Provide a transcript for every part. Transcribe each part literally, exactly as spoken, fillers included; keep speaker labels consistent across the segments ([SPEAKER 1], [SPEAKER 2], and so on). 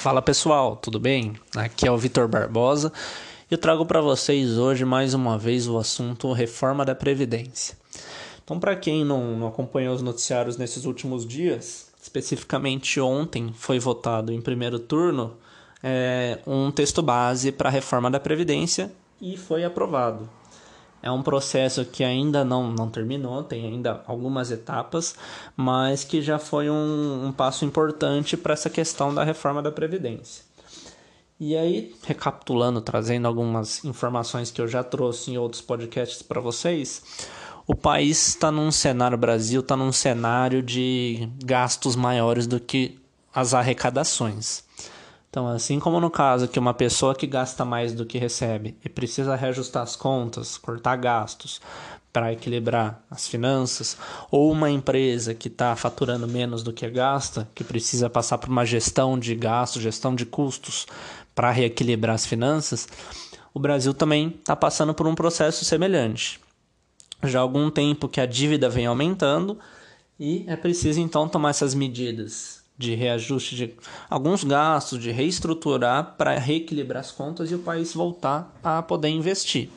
[SPEAKER 1] Fala pessoal, tudo bem? Aqui é o Vitor Barbosa e eu trago para vocês hoje mais uma vez o assunto reforma da Previdência. Então, para quem não, não acompanhou os noticiários nesses últimos dias, especificamente ontem foi votado em primeiro turno é, um texto base para a reforma da Previdência e foi aprovado. É um processo que ainda não, não terminou, tem ainda algumas etapas, mas que já foi um, um passo importante para essa questão da reforma da Previdência. E aí, recapitulando, trazendo algumas informações que eu já trouxe em outros podcasts para vocês, o país está num cenário, o Brasil está num cenário de gastos maiores do que as arrecadações. Então, assim como no caso que uma pessoa que gasta mais do que recebe e precisa reajustar as contas, cortar gastos para equilibrar as finanças, ou uma empresa que está faturando menos do que gasta, que precisa passar por uma gestão de gastos, gestão de custos para reequilibrar as finanças, o Brasil também está passando por um processo semelhante. Já há algum tempo que a dívida vem aumentando e é preciso então tomar essas medidas de reajuste de alguns gastos, de reestruturar para reequilibrar as contas e o país voltar a poder investir.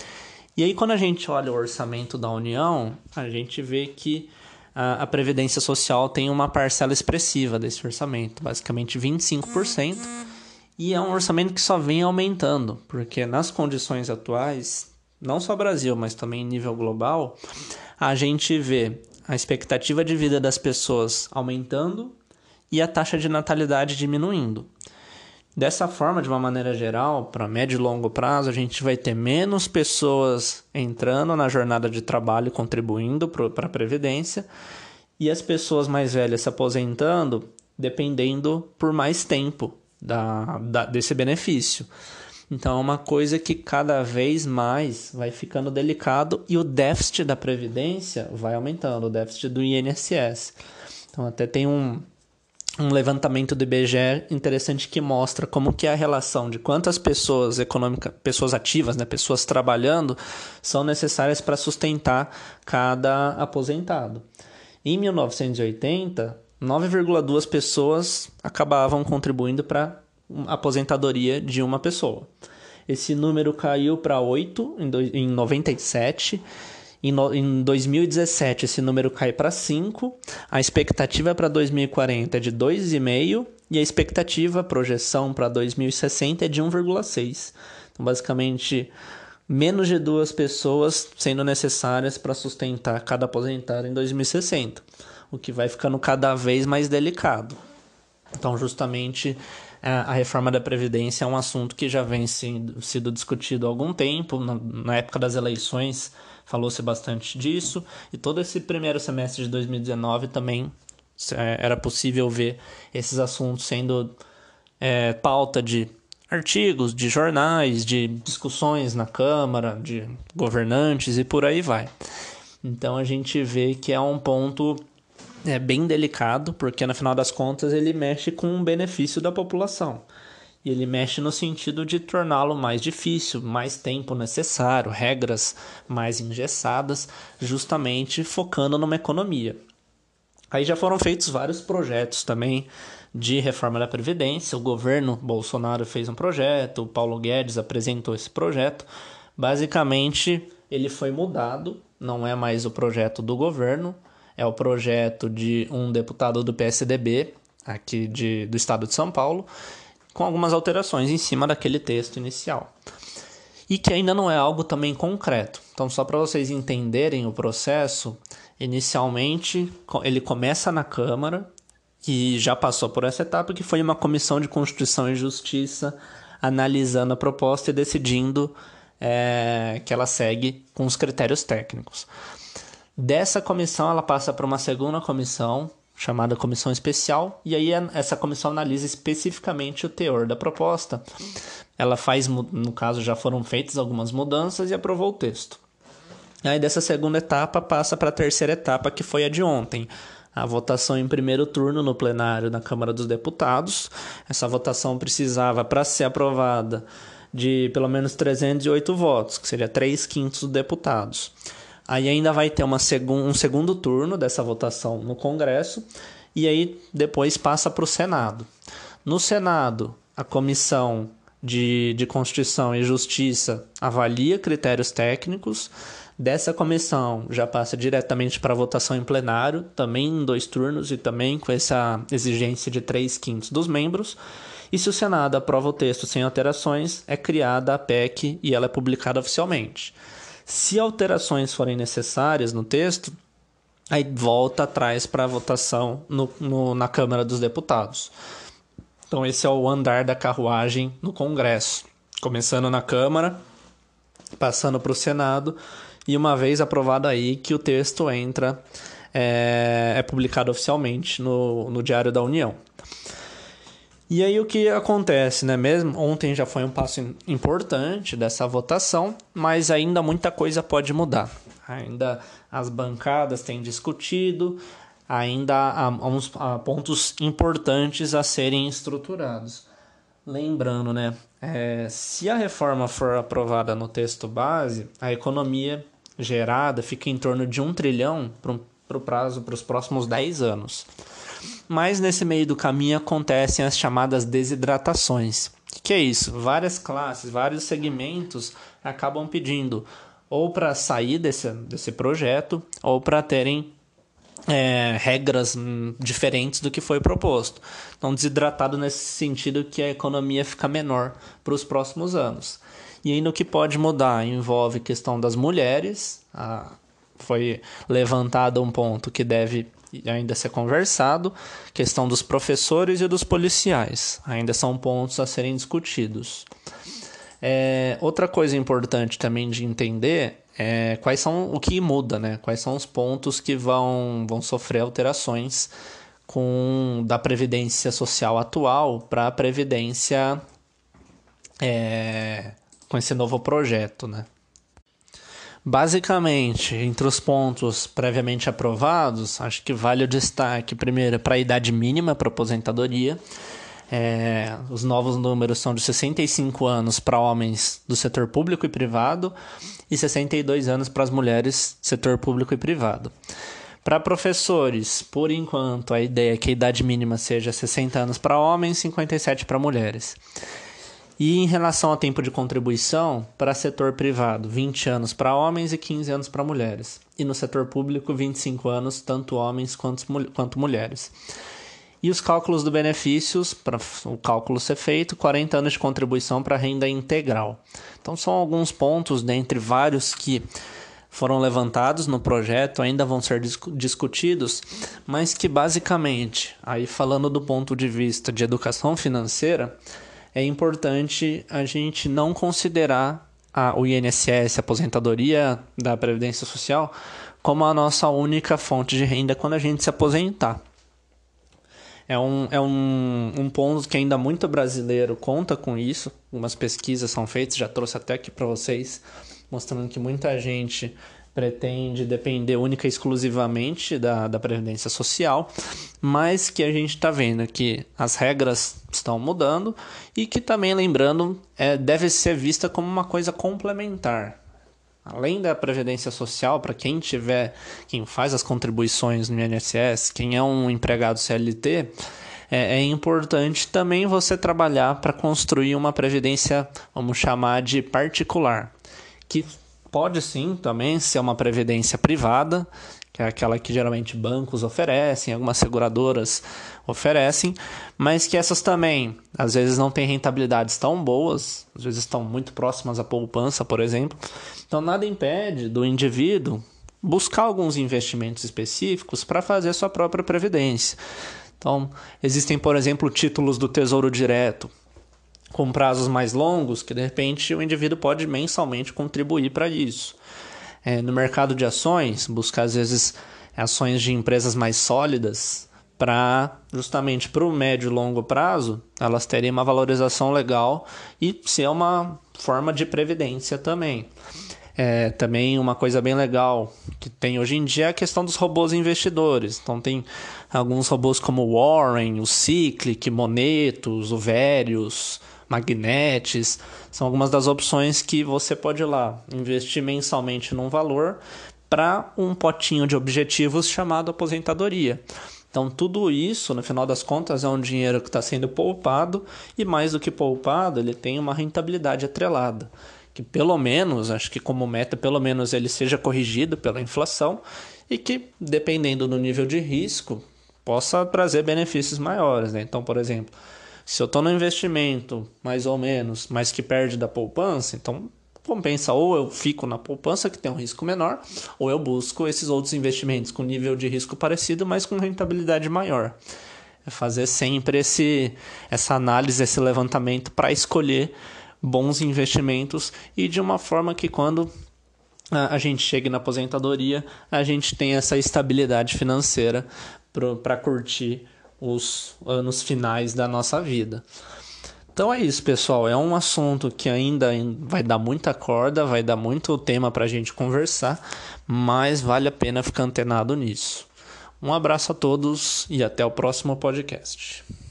[SPEAKER 1] E aí, quando a gente olha o orçamento da União, a gente vê que a, a Previdência Social tem uma parcela expressiva desse orçamento, basicamente vinte e cinco por cento, e é um orçamento que só vem aumentando, porque nas condições atuais, não só Brasil, mas também em nível global, a gente vê a expectativa de vida das pessoas aumentando e a taxa de natalidade diminuindo. Dessa forma, de uma maneira geral, para médio e longo prazo, a gente vai ter menos pessoas entrando na jornada de trabalho e contribuindo para a Previdência e as pessoas mais velhas se aposentando dependendo por mais tempo da, da, desse benefício. Então, é uma coisa que cada vez mais vai ficando delicado e o déficit da Previdência vai aumentando, o déficit do I N S S. Então, até tem um... um levantamento do I B G E interessante que mostra como que é a relação de quantas pessoas econômicas, pessoas ativas, né, pessoas trabalhando, são necessárias para sustentar cada aposentado. Em mil novecentos e oitenta, nove vírgula duas pessoas acabavam contribuindo para a aposentadoria de uma pessoa. Esse número caiu para oito em noventa e sete. Em dois mil e dezessete, esse número cai para cinco, a expectativa para dois mil e quarenta é de dois vírgula cinco e a expectativa, a projeção para dois mil e sessenta é de um vírgula seis. Então, basicamente, menos de duas pessoas sendo necessárias para sustentar cada aposentado em dois mil e sessenta, o que vai ficando cada vez mais delicado. Então, justamente, a reforma da Previdência é um assunto que já vem sendo, sido discutido há algum tempo. Na época das eleições, falou-se bastante disso, e todo esse primeiro semestre de dois mil e dezenove também é, era possível ver esses assuntos sendo é, pauta de artigos, de jornais, de discussões na Câmara, de governantes e por aí vai. Então a gente vê que é um ponto é, bem delicado, porque no final das contas ele mexe com o benefício da população. E ele mexe no sentido de torná-lo mais difícil, mais tempo necessário, regras mais engessadas, justamente focando numa economia. Aí já foram feitos vários projetos também de reforma da Previdência. O governo Bolsonaro fez um projeto, o Paulo Guedes apresentou esse projeto. Basicamente, ele foi mudado, não é mais o projeto do governo, é o projeto de um deputado do P S D B, aqui de, do estado de São Paulo, com algumas alterações em cima daquele texto inicial. E que ainda não é algo também concreto. Então, só para vocês entenderem o processo, inicialmente ele começa na Câmara, que já passou por essa etapa, que foi uma comissão de Constituição e Justiça analisando a proposta e decidindo é, que ela segue com os critérios técnicos. Dessa comissão, ela passa para uma segunda comissão, chamada Comissão Especial, e aí essa comissão analisa especificamente o teor da proposta. Ela faz, no caso, já foram feitas algumas mudanças e aprovou o texto. Aí dessa segunda etapa passa para a terceira etapa, que foi a de ontem, a votação em primeiro turno no plenário na Câmara dos Deputados. Essa votação precisava, para ser aprovada, de pelo menos trezentos e oito votos, que seria três quintos dos deputados. Aí ainda vai ter uma segun, um segundo turno dessa votação no Congresso e aí depois passa para o Senado. No Senado, a Comissão de, de Constituição e Justiça avalia critérios técnicos. Dessa comissão já passa diretamente para votação em plenário, também em dois turnos e também com essa exigência de três quintos dos membros. E se o Senado aprova o texto sem alterações, é criada a P E C e ela é publicada oficialmente. Se alterações forem necessárias no texto, aí volta atrás para a votação no, no, na Câmara dos Deputados. Então esse é o andar da carruagem no Congresso. Começando na Câmara, passando para o Senado, e uma vez aprovado aí que o texto entra, é, é publicado oficialmente no, no Diário da União. E aí o que acontece, né? Mesmo ontem já foi um passo importante dessa votação, mas ainda muita coisa pode mudar. Ainda as bancadas têm discutido, ainda há, uns, há pontos importantes a serem estruturados. Lembrando, né? É, se a reforma for aprovada no texto base, a economia gerada fica em torno de um trilhão para o prazo para os próximos dez anos. Mas nesse meio do caminho acontecem as chamadas desidratações. O que é isso? Várias classes, vários segmentos acabam pedindo ou para sair desse, desse projeto ou para terem é, regras hum, diferentes do que foi proposto. Então, desidratado nesse sentido que a economia fica menor para os próximos anos. E aí no que pode mudar envolve a questão das mulheres. Ah, foi levantado um ponto que deve ainda ser conversado, questão dos professores e dos policiais. Ainda são pontos a serem discutidos. É, outra coisa importante também de entender é quais são o que muda, né? Quais são os pontos que vão, vão sofrer alterações com, da Previdência Social atual para a Previdência é, com esse novo projeto, né? Basicamente, entre os pontos previamente aprovados, acho que vale o destaque, primeiro, para a idade mínima para aposentadoria. É, os novos números são de sessenta e cinco anos para homens do setor público e privado e sessenta e dois anos para as mulheres do setor público e privado. Para professores, por enquanto, a ideia é que a idade mínima seja sessenta anos para homens e cinquenta e sete para mulheres. E em relação ao tempo de contribuição, para setor privado, vinte anos para homens e quinze anos para mulheres. E no setor público, vinte e cinco anos, tanto homens quanto, quanto mulheres. E os cálculos do benefícios, para o cálculo ser feito, quarenta anos de contribuição para renda integral. Então são alguns pontos, dentre vários que foram levantados no projeto, ainda vão ser discutidos, mas que basicamente, aí falando do ponto de vista de educação financeira, é importante a gente não considerar a, o I N S S, a aposentadoria da Previdência Social, como a nossa única fonte de renda quando a gente se aposentar. É um, é um, um ponto que ainda muito brasileiro conta com isso. Algumas pesquisas são feitas, já trouxe até aqui para vocês, mostrando que muita gente pretende depender única e exclusivamente da, da Previdência Social, mas que a gente está vendo que as regras estão mudando e que também, lembrando, é, deve ser vista como uma coisa complementar. Além da Previdência Social, para quem tiver, quem faz as contribuições no I N S S, quem é um empregado C L T, é, é importante também você trabalhar para construir uma previdência, vamos chamar de particular, que pode sim também ser uma previdência privada, que é aquela que geralmente bancos oferecem, algumas seguradoras oferecem, mas que essas também, às vezes, não têm rentabilidades tão boas, às vezes estão muito próximas à poupança, por exemplo. Então, nada impede do indivíduo buscar alguns investimentos específicos para fazer sua própria previdência. Então, existem, por exemplo, títulos do Tesouro Direto, com prazos mais longos, que de repente o indivíduo pode mensalmente contribuir para isso. É, no mercado de ações, buscar às vezes ações de empresas mais sólidas para justamente para o médio e longo prazo elas terem uma valorização legal e ser uma forma de previdência também. É, também uma coisa bem legal que tem hoje em dia é a questão dos robôs investidores. Então tem alguns robôs como o Warren, o Cyclic, Monetos, o Verius, Magnetes, são algumas das opções que você pode ir lá investir mensalmente num valor para um potinho de objetivos chamado aposentadoria. Então, tudo isso, no final das contas, é um dinheiro que está sendo poupado e, mais do que poupado, ele tem uma rentabilidade atrelada. Que pelo menos, acho que como meta, pelo menos ele seja corrigido pela inflação e que, dependendo do nível de risco, possa trazer benefícios maiores, né? Então, por exemplo, se eu estou no investimento, mais ou menos, mas que perde da poupança, então compensa ou eu fico na poupança, que tem um risco menor, ou eu busco esses outros investimentos com nível de risco parecido, mas com rentabilidade maior. É fazer sempre esse, essa análise, esse levantamento para escolher bons investimentos e de uma forma que quando a gente chegue na aposentadoria, a gente tem essa estabilidade financeira para curtir os anos finais da nossa vida. Então é isso, pessoal. É um assunto que ainda vai dar muita corda, vai dar muito tema para a gente conversar, mas vale a pena ficar antenado nisso. Um abraço a todos e até o próximo podcast.